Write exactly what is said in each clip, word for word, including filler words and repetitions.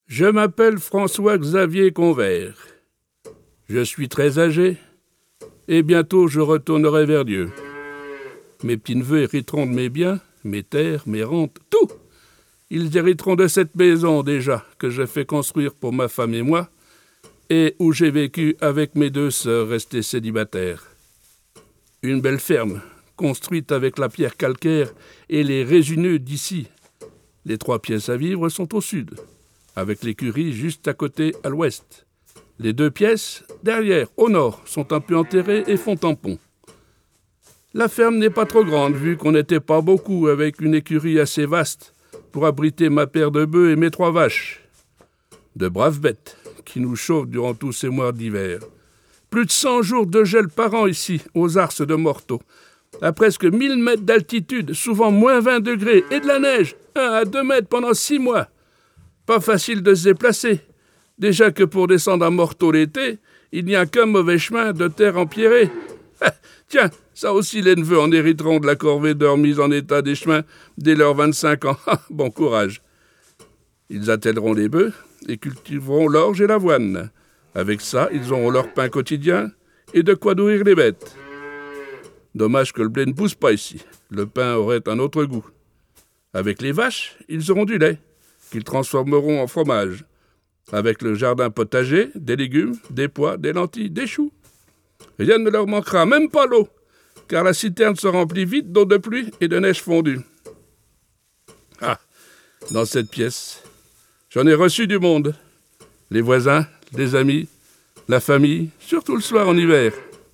Je m'appelle François-Xavier Convert. Je suis très âgé, et bientôt je retournerai vers Dieu. Mes petits-neveux hériteront de mes biens, mes terres, mes rentes, tout. Ils hériteront de cette maison déjà que j'ai fait construire pour ma femme et moi, et où j'ai vécu avec mes deux sœurs restées célibataires. Une belle ferme, construite avec la pierre calcaire et les résineux d'ici. Les trois pièces à vivre sont au sud, avec l'écurie juste à côté à l'ouest. Les deux pièces, derrière, au nord, sont un peu enterrées et font tampon. La ferme n'est pas trop grande, vu qu'on n'était pas beaucoup, avec une écurie assez vaste pour abriter ma paire de bœufs et mes trois vaches. De braves bêtes qui nous chauffent durant tous ces mois d'hiver. Plus de cent jours de gel par an ici, aux Arces de Morteau. À presque mille mètres d'altitude, souvent moins vingt degrés, et de la neige, un à deux mètres pendant six mois. Pas facile de se déplacer. Déjà que pour descendre à Morteau l'été, il n'y a qu'un mauvais chemin de terre empierrée. Tiens, ça aussi les neveux en hériteront de la corvée de remise en état des chemins dès leurs vingt-cinq ans. Bon courage. Ils attelleront les bœufs et cultiveront l'orge et l'avoine. Avec ça, ils auront leur pain quotidien et de quoi nourrir les bêtes. Dommage que le blé ne pousse pas ici. Le pain aurait un autre goût. Avec les vaches, ils auront du lait, qu'ils transformeront en fromage. Avec le jardin potager, des légumes, des pois, des lentilles, des choux. Rien ne leur manquera, même pas l'eau, car la citerne se remplit vite d'eau de pluie et de neige fondue. Ah, dans cette pièce, j'en ai reçu du monde. Les voisins, les amis, la famille, surtout le soir en hiver.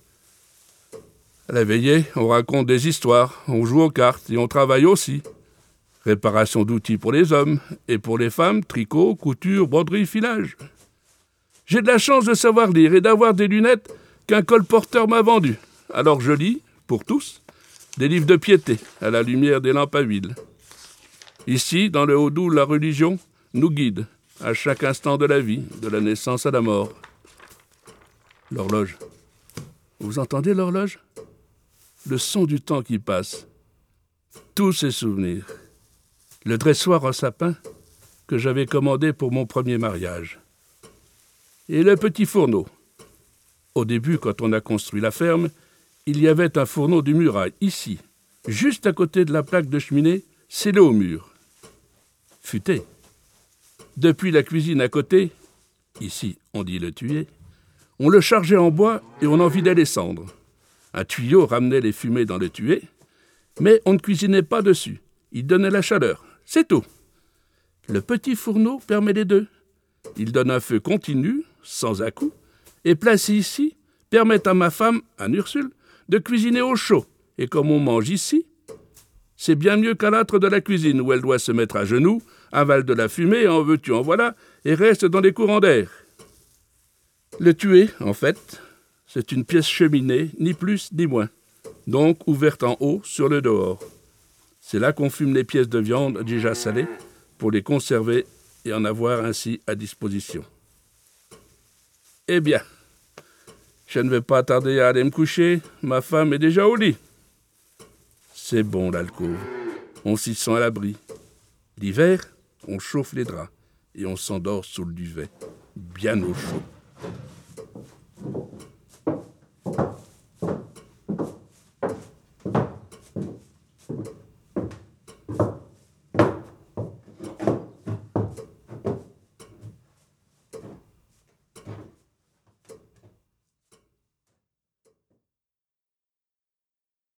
À la veillée, on raconte des histoires, on joue aux cartes et on travaille aussi. Réparation d'outils pour les hommes et pour les femmes, tricot, couture, broderie, filage. J'ai de la chance de savoir lire et d'avoir des lunettes qu'un colporteur m'a vendues. Alors je lis, pour tous, des livres de piété à la lumière des lampes à huile. Ici, dans le Haut-Doubs, la religion nous guide à chaque instant de la vie, de la naissance à la mort. L'horloge. Vous entendez l'horloge ? Le son du temps qui passe. Tous ces souvenirs. Le dressoir en sapin que j'avais commandé pour mon premier mariage. Et le petit fourneau. Au début, quand on a construit la ferme, il y avait un fourneau de muraille, ici, juste à côté de la plaque de cheminée, scellé au mur. Futé. Depuis la cuisine à côté, ici on dit le tuyau, on le chargeait en bois et on en vidait les cendres. Un tuyau ramenait les fumées dans le tuyau, mais on ne cuisinait pas dessus. Il donnait la chaleur, c'est tout. Le petit fourneau permet les deux. Il donne un feu continu, sans à-coups, et placé ici, permet à ma femme, Anne Ursule, de cuisiner au chaud. Et comme on mange ici, c'est bien mieux qu'à l'âtre de la cuisine, où elle doit se mettre à genoux, avale de la fumée, en veux-tu, en voilà, et reste dans les courants d'air. Le tué, en fait, c'est une pièce cheminée, ni plus ni moins, donc ouverte en haut sur le dehors. C'est là qu'on fume les pièces de viande déjà salées, pour les conserver et en avoir ainsi à disposition. Eh bien, je ne vais pas tarder à aller me coucher, ma femme est déjà au lit. C'est bon l'alcôve, on s'y sent à l'abri. L'hiver, on chauffe les draps et on s'endort sous le duvet, bien au chaud.